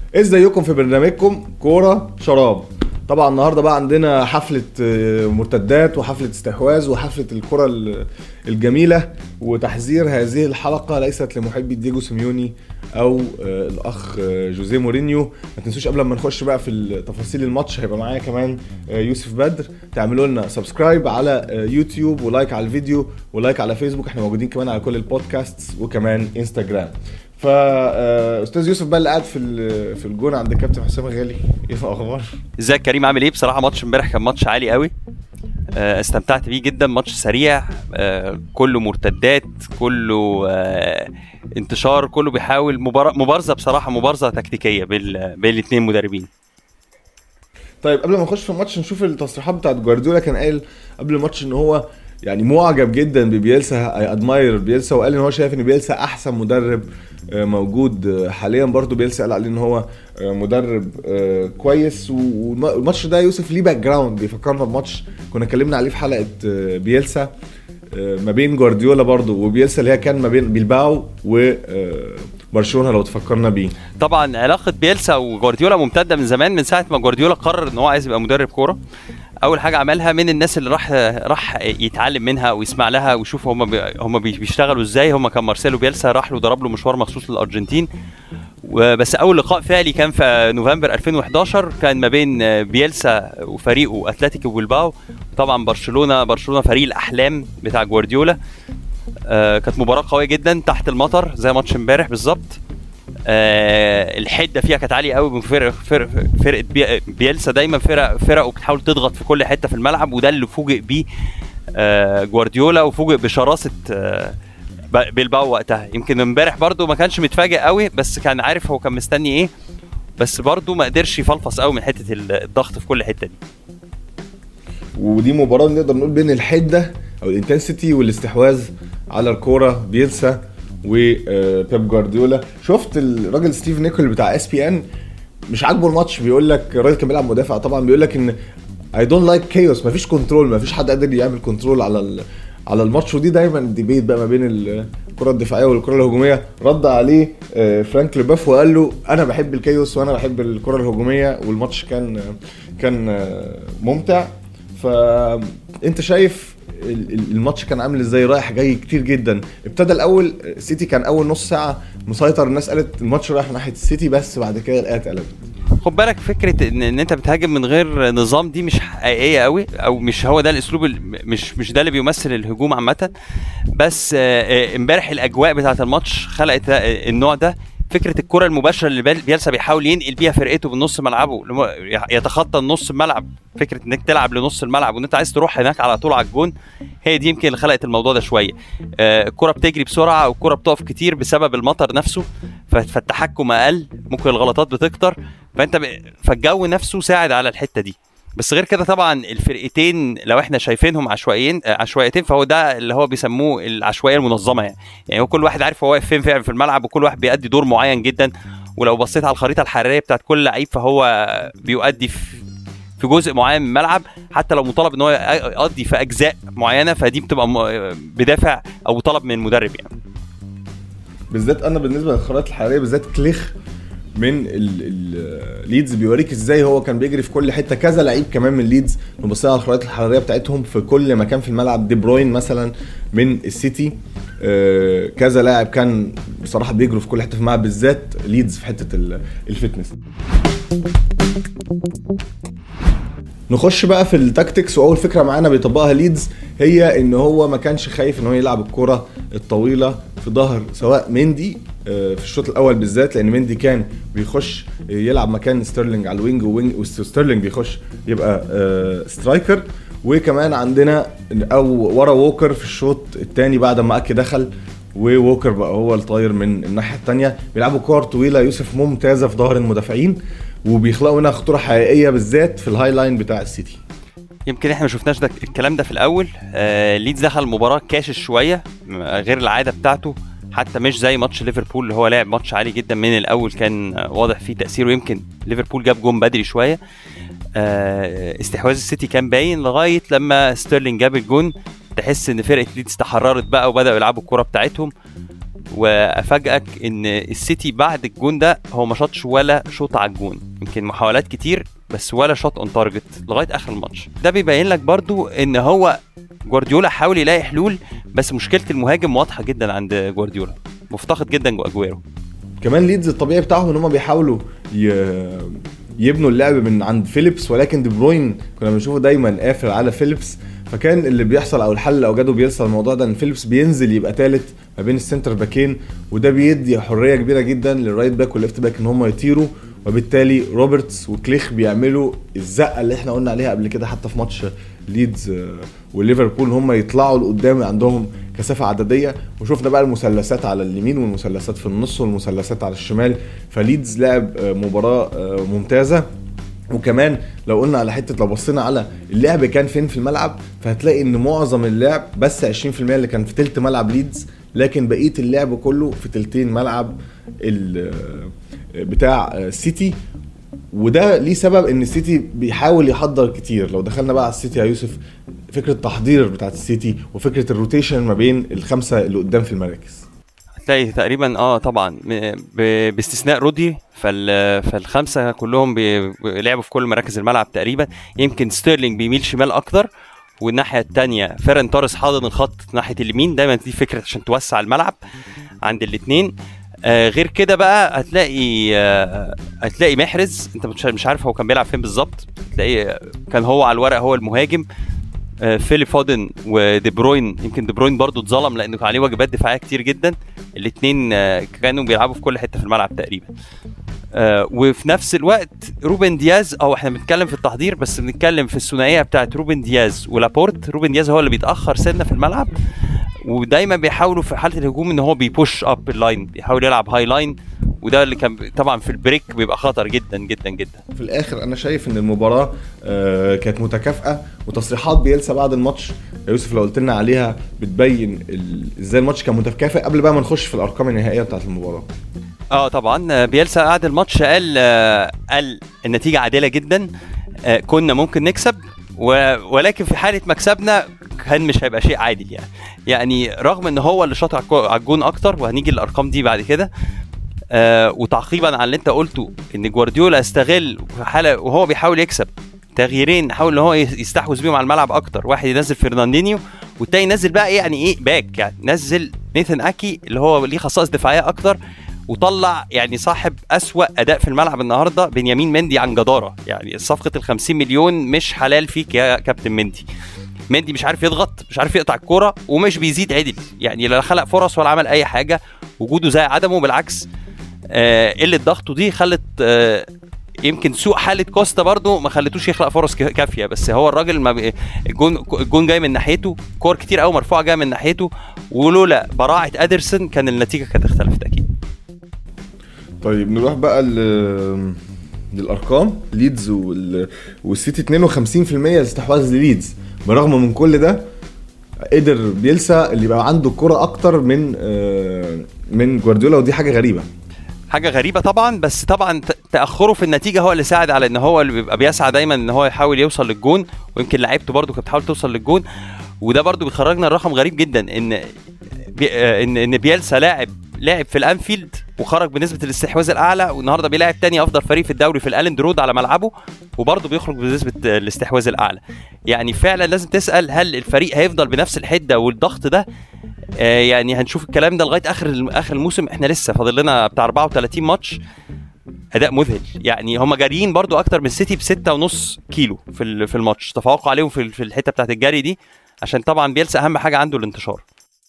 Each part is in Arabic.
ازيكم في برنامجكم كورة شراب. طبعا النهارده بقى عندنا حفلة مرتدات وحفلة استحواذ وحفلة الكرة الجميلة، وتحذير هذه الحلقة ليست لمحبي دييجو سيميوني او الاخ جوزيه مورينيو. ما تنسوش قبل ما نخش بقى في تفاصيل الماتش هيبقى معايا كمان يوسف بدر، تعملوا لنا سبسكرايب على يوتيوب ولايك على الفيديو ولايك على فيسبوك. احنا موجودين كمان على كل البودكاست وكمان انستجرام. فاستاذ يوسف بقى اللي قاعد في الجون عند الكابتن حسام غالي، ايه الاخبار؟ ازيك كريم، عامل ايه؟ بصراحه ماتش امبارح كان ماتش عالي قوي، استمتعت بيه جدا. ماتش سريع، كله مرتدات، كله انتشار، كله بيحاول مبارزه، بصراحه مبارزه تكتيكيه بين الاثنين مدربين. طيب قبل ما نخش في الماتش نشوف التصريحات بتاعت جوارديولا. كان قال قبل الماتش ان هو يعني معجب جدا ببيلسا، ادماير بيلسا، وقال ان هو شايف ان بيلسا احسن مدرب موجود حاليا. برضو بيلسا قال عليه ان هو مدرب كويس. والماتش ده يوسف ليه باك جراوند بيفكرنا بماتش كنا اتكلمنا عليه في حلقه بيلسا ما بين جوارديولا برضو وبيلسا، اللي هي كان ما بين بيلباو وبرشلونه لو تفكرنا بيه. طبعا علاقه بيلسا وجوارديولا ممتده من زمان، من ساعه ما جوارديولا قرر ان هو عايز يبقى مدرب كوره. اول حاجه عملها من الناس اللي راح يتعلم منها ويسمع لها ويشوف هم بيشتغلوا ازاي. هم كان مارسيلو بيلسا راح له ضرب له مشوار مخصوص للارجنتين، وبس اول لقاء فعلي كان في نوفمبر 2011 كان ما بين بيلسا وفريقه اتلتيكو بيلباو. طبعا برشلونه فريق الاحلام بتاع جوارديولا. كانت مباراه قويه جدا تحت المطر زي ماتش امبارح بالظبط. الحده فيها كانت عاليه قوي من فرقه بيلسا. دايما فرقه بتحاول تضغط في كل حته في الملعب، وده اللي فوجئ بيه جوارديولا، وفوجئ بشراسه بيلباو وقتها. يمكن امبارح برضو ما كانش متفاجئ قوي، بس كان عارف هو كان مستني ايه، بس برضو ما قدرش يفلفص قوي من حته الضغط في كل حته دي. ودي مباراه نقدر نقول بين الحده او الانتنسيتي والاستحواذ على الكوره، بيلسا وبيب جوارديولا. شفت الراجل ستيف نيكول بتاع اس بي ان مش عاجبه الماتش، بيقول لك الراجل كان بيلعب مدافع طبعا، بيقول لك ان I don't like chaos، مفيش كنترول، مفيش حد قادر يعمل كنترول على الماتش. ودي دايما الديبيت بقى ما بين الكره الدفاعيه والكره الهجوميه. رد عليه فرانك لباف وقال له انا بحب الكايوس وانا بحب الكره الهجوميه، والماتش كان ممتع. فانت شايف الماتش كان عامل ازاي؟ رايح جاي كتير جدا. ابتدى الاول السيتي كان اول نص ساعه مسيطر، الناس قالت الماتش رايح ناحيه السيتي، بس بعد كده الآيات قلبت. خد بالك، فكره ان انت بتهاجم من غير نظام دي مش حقيقيه قوي، او مش هو ده الاسلوب، مش ده اللي بيمثل الهجوم عامه. بس امبارح الاجواء بتاعه الماتش خلقت النوع ده. فكره الكره المباشره اللي بيلسا بيحاول ينقل بيها فرقته بالنص ملعبه، يتخطى النص الملعب. فكره انك تلعب لنص الملعب وان انت عايز تروح هناك على طول على الجون، هي دي يمكن اللي خلقت الموضوع ده شويه. الكره بتجري بسرعه والكره بتقف كتير بسبب المطر نفسه، فالتحكم اقل، ممكن الغلطات بتكتر، فالجو نفسه ساعد على الحته دي. بس غير كده طبعا الفرقتين لو احنا شايفينهم عشوائيتين، فهو ده اللي هو بيسموه العشوائيه المنظمه. يعني هو كل واحد عارف هو واقف فين فعلا في الملعب، وكل واحد بيؤدي دور معين جدا. ولو بصيت على الخريطه الحراريه بتاعت كل لعيب فهو بيؤدي في جزء معين من الملعب، حتى لو مطالب ان هو يؤدي في اجزاء معينه، فدي بتبقى بدافع او طلب من المدرب. يعني بالذات انا بالنسبه للخرائط الحراريه بالذات كليخ من الليدز بيوريك ازاي هو كان بيجري في كل حته. كذا لعيب كمان من الليدز نبص على الخرائط الحراريه بتاعتهم في كل مكان في الملعب. دي بروين مثلا من السيتي، كذا لاعب كان بصراحه بيجروا في كل حته في الملعب، بالذات ليدز في حته الفتنس. نخش بقى في التاكتكس. واول فكره معانا بيطبقها ليدز هي ان هو ما كانش خايف ان هو يلعب الكره الطويله في ظهر سواء مندي في الشوط الاول بالذات، لان مندي كان بيخش يلعب مكان ستيرلينج على الوينج، وستيرلينج بيخش يبقى سترايكر. وكمان عندنا او ورا ووكر في الشوط الثاني بعد ما اكي دخل، ووكر بقى هو الطاير من الناحيه الثانيه. بيلعبوا كور طويله يوسف ممتازه في ظهر المدافعين، وبيخلقوا منها خطوره حقيقيه بالذات في الهاي لاين بتاع السيتي. يمكن احنا ما شفناش ده الكلام ده في الاول. ليدز دخل المباراه كاشش شويه غير العاده بتاعته، حتى مش زي ماتش ليفربول اللي هو لعب ماتش عالي جدا من الاول، كان واضح فيه تاثيره. يمكن ليفربول جاب جون بدري شويه، استحواذ السيتي كان باين لغايه لما ستيرلينج جاب الجون. تحس ان فرقه ليدز تحررت بقى وبداوا يلعبوا الكره بتاعتهم. وافاجئك ان السيتي بعد الجون ده هو ما شاطش ولا شوط على الجون، يمكن محاولات كتير بس ولا شوط اون تارجت لغايه اخر الماتش. ده بيبين لك برضو ان هو جوارديولا حاول يلاقي حلول، بس مشكله المهاجم واضحه جدا عند جوارديولا، مفتقد جدا اجويرو. كمان ليدز الطبيعي بتاعهم ان هم بيحاولوا يبنوا اللعب من عند فيليبس، ولكن دي بروين كنا بنشوفه دايما قافل على فيليبس. فكان اللي بيحصل او الحل اللي اوجده بيلسا الموضوع ده ان فيليبس بينزل يبقى ثالث ما بين السنتر باكين، وده بيدي حريه كبيره جدا للرايت باك والليفت باك ان هم يطيروا، وبالتالي روبرتس وكليخ بيعملوا الزقه اللي احنا قلنا عليها قبل كده حتى في ماتش ليدز وليفربول، هم يطلعوا لقدام عندهم كثافه عدديه. وشوفنا بقى المثلثات على اليمين والمثلثات في النص والمثلثات على الشمال، فليدز لعب مباراه ممتازه. وكمان لو قلنا على حته، لو بصينا على اللعب كان فين في الملعب، فهتلاقي ان معظم اللعب بس 20% اللي كان في تلت ملعب ليدز، لكن بقيه اللعب كله في تلتين ملعب بتاع سيتي. وده ليه سبب ان السيتي بيحاول يحضر كتير. لو دخلنا بقى على السيتي يا يوسف، فكره التحضير بتاعت السيتي وفكره الروتيشن ما بين الخمسه اللي قدام في المراكز، هتلاقي تقريبا طبعا باستثناء رودي فالخمسه كلهم بيلعبوا في كل مراكز الملعب تقريبا. يمكن ستيرلينج بيميل شمال اكتر، والناحيه الثانيه فيران توريس حاضن الخط ناحيه اليمين، دايما دي فكره عشان توسع الملعب عند الاثنين. غير كده بقى هتلاقي محرز، انت مش عارف هو كان بيلعب فين بالظبط، هتلاقي كان هو على الورق هو المهاجم. فيليب فودن ودي بروين، يمكن دي بروين برضو اتظلم لانه كان عليه واجبات دفاعيه كتير جدا. الاثنين كانوا بيلعبوا في كل حته في الملعب تقريبا. وفي نفس الوقت روبن دياز، او احنا بنتكلم في التحضير بس بنتكلم في الثنائيه بتاعت روبن دياز ولابورت. روبن دياز هو اللي بيتاخر سنه في الملعب، ودايما بيحاولوا في حاله الهجوم ان هو بيبوش اب اللاين، بيحاول يلعب هاي لاين، وده اللي كان طبعا في البريك بيبقى خطر جدا جدا جدا. في الاخر انا شايف ان المباراه كانت متكافئه، وتصريحات بيلسا بعد الماتش يا يوسف لو قلت لنا عليها بتبين ازاي الماتش كان متكافئ قبل بقى ما نخش في الارقام النهائيه بتاعه المباراه. طبعا بيلسا قعد الماتش قال النتيجه عادله جدا، كنا ممكن نكسب، ولكن في حاله مكسبنا كان مش هيبقى شيء عادل يعني رغم ان هو اللي شاط على الجون اكتر، وهنيجي للارقام دي بعد كده. وتعقيبا على اللي انت قلته ان جوارديولا استغل حاله وهو بيحاول يكسب تغييرين، حاول ان هو يستحوذ بيهم على الملعب اكتر. واحد ينزل فرناندينيو، والتاني ينزل بقى ايه باك، يعني نزل نيثن اكي اللي هو ليه خصائص دفاعيه اكتر، وطلع يعني صاحب أسوأ أداء في الملعب النهاردة بنيامين مندي عن جدارة. يعني صفقة 50 مليون مش حلال فيك يا كابتن مندي مش عارف يضغط، مش عارف يقطع الكرة، ومش بيزيد عدل، يعني لا خلق فرص ولا عمل أي حاجة، وجوده زي عدمه. بالعكس قلة ضغطه دي خلت يمكن سوء حالة كوستا برضو ما خلتوش يخلق فرص كافية، بس هو الراجل ما الجون جاي من ناحيته، كور كتير قوي مرفوعة جاية من ناحيته، ولولا براعة أدرسون كان النتيجة كانت اختلفت أكيد. طيب نروح بقى للارقام. ليدز والسيتي 52% استحواذ لليدز. برغم من كل ده قدر بيلسا اللي بقى عنده الكرة اكتر من جوارديولا، ودي حاجه غريبه طبعا. بس طبعا تاخره في النتيجه هو اللي ساعد على ان هو اللي بيبقى بيسعى دايما ان هو يحاول يوصل للجون، ويمكن لعيبته برضو كانت بتحاول توصل للجون. وده برضو بيخرجنا الرقم غريب جدا ان بيلسا لاعب في الانفيلد وخرج بنسبه الاستحواذ الاعلى، والنهارده بيلاعب تاني افضل فريق في الدوري في الالند رود على ملعبه، وبرضه بيخرج بنسبه الاستحواذ الاعلى. يعني فعلا لازم تسال هل الفريق هيفضل بنفس الحده والضغط ده؟ يعني هنشوف الكلام ده لغايه اخر الموسم. احنا لسه فاضل لنا بتاع 34 ماتش. اداء مذهل، يعني هم جاريين برضو اكتر من سيتي ب6.5 كيلو في الماتش، تفوقوا عليهم في الحته بتاعه الجري دي، عشان طبعا بيلسا اهم حاجه عنده الانتشار.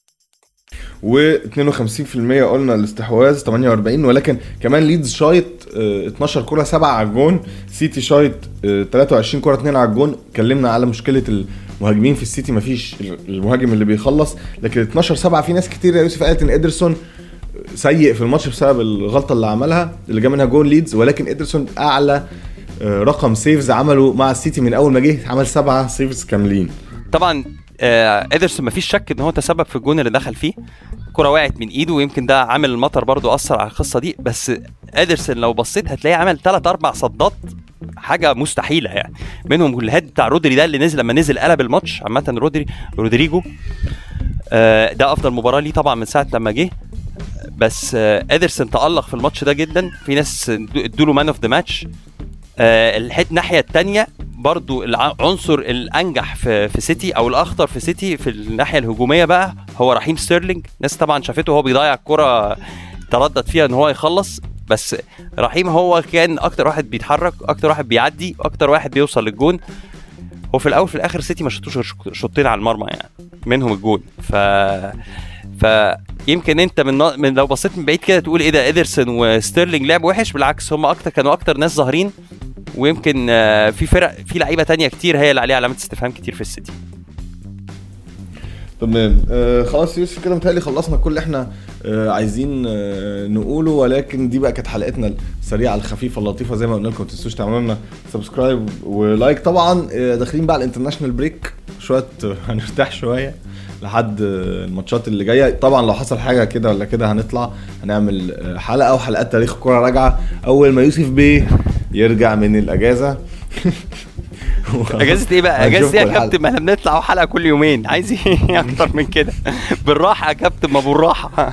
و52% قلنا الاستحواذ 48، ولكن كمان ليدز شايط 12 كرة 7 على الجون، سيتي شايط 23 كرة 2 على الجون. اتكلمنا على مشكلة المهاجمين في السيتي، مفيش المهاجم اللي بيخلص، لكن 12-7 في ناس كتير يا يوسف قالت ان إدرسون سيء في الماتش بسبب الغلطة اللي عملها اللي جا منها جون ليدز، ولكن إدرسون اعلى رقم سيفز عمله مع السيتي من اول ما جه، عمل 7 سيفز كاملين. طبعا إدرسون مفيش شك ان هو تسبب في الجون اللي دخل فيه، الكرة وقعت من ايده، ويمكن ده عامل المطر برضو اثر على القصة دي. بس إدرسون لو بصيت هتلاقيه عمل 3-4 صدات، حاجة مستحيلة يعني. منهم الهيد بتاع رودري ده اللي نزل لما نزل قلب الماتش. عامة رودريجو ده افضل مباراة ليه طبعا من ساعة لما جه. بس ادرسون تألق في الماتش ده جدا. في ناس ادوله مان اوف ذا ماتش. الناحيه الثانيه برضو العنصر الانجح في سيتي او الاخطر في سيتي في الناحيه الهجوميه بقى هو رحيم ستيرلينج. ناس طبعا شافته وهو بيضيع الكره تردد فيها ان هو يخلص، بس رحيم هو كان اكتر واحد بيتحرك، اكتر واحد بيعدي، اكتر واحد بيوصل للجون. هو في الاول في الاخر سيتي ما شطوش غير شوطين على المرمى يعني منهم الجون. فيمكن انت من لو بصيت من بعيد كده تقول ايه ده ادرسون وستيرلينج لعب وحش، بالعكس هم كانوا اكتر ناس ظاهرين. ويمكن في فرق في لعيبه تانية كتير هي اللي عليها علامه استفهام كتير في السيتي. تمام. خلاص يوسف كده متهيألي خلصنا كل اللي احنا عايزين نقوله، ولكن دي بقى كانت حلقتنا السريعه الخفيفه اللطيفه. زي ما قلنا لكم ما تنسوش تعملوا لنا سبسكرايب ولايك. طبعا داخلين بقى الانترناشونال بريك شويه، هنرتاح شويه لحد الماتشات اللي جايه. طبعا لو حصل حاجه كده ولا كده هنطلع هنعمل حلقه او حلقات تاريخ الكوره راجعه اول ما يوسف بيه يرجع من الاجازه. اجازه ايه بقى؟ اجازه ايه يا كابتن؟ ما احنا بنطلع حلقه كل يومين، عايز ايه اكتر من كده؟ بالراحه يا كابتن، ما بالراحه.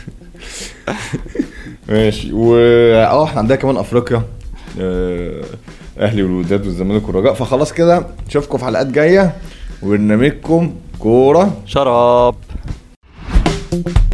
ماشي. احنا عندنا كمان افريقيا، اهلي والوداد والزمالك والرجاء. فخلاص كده نشوفكم في حلقات جايه وبرنامجكم كوره شراب.